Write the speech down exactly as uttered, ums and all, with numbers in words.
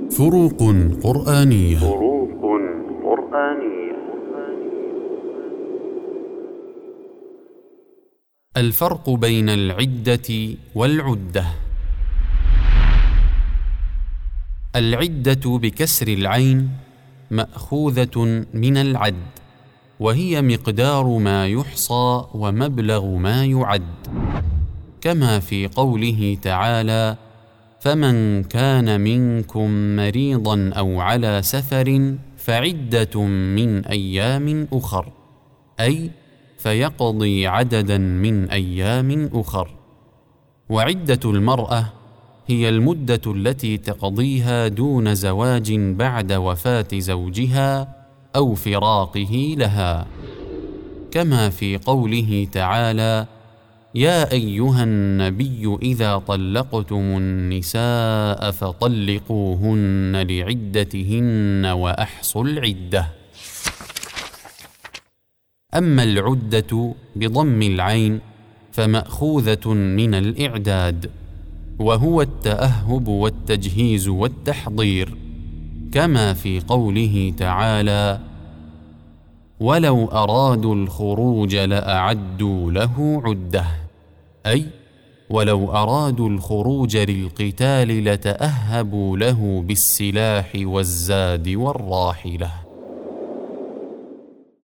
فروق قرآنية. فروق قرآنية. الفرق بين العدة والعدة. العدة بكسر العين مأخوذة من العد، وهي مقدار ما يحصى ومبلغ ما يعد، كما في قوله تعالى: فمن كان منكم مريضا أو على سفر فعدة من أيام أخر، أي فيقضي عددا من أيام أخر. وعدة المرأة هي المدة التي تقضيها دون زواج بعد وفاة زوجها أو فراقه لها، كما في قوله تعالى: يا أيها النبي إذا طلقتم النساء فطلقوهن لعدتهن وأحصوا العدة. أما العدة بضم العين فمأخوذة من الإعداد، وهو التأهب والتجهيز والتحضير، كما في قوله تعالى: ولو أرادوا الخروج لأعدوا له عدة، أي ولو أرادوا الخروج للقتال لتأهبوا له بالسلاح والزاد والراحلة.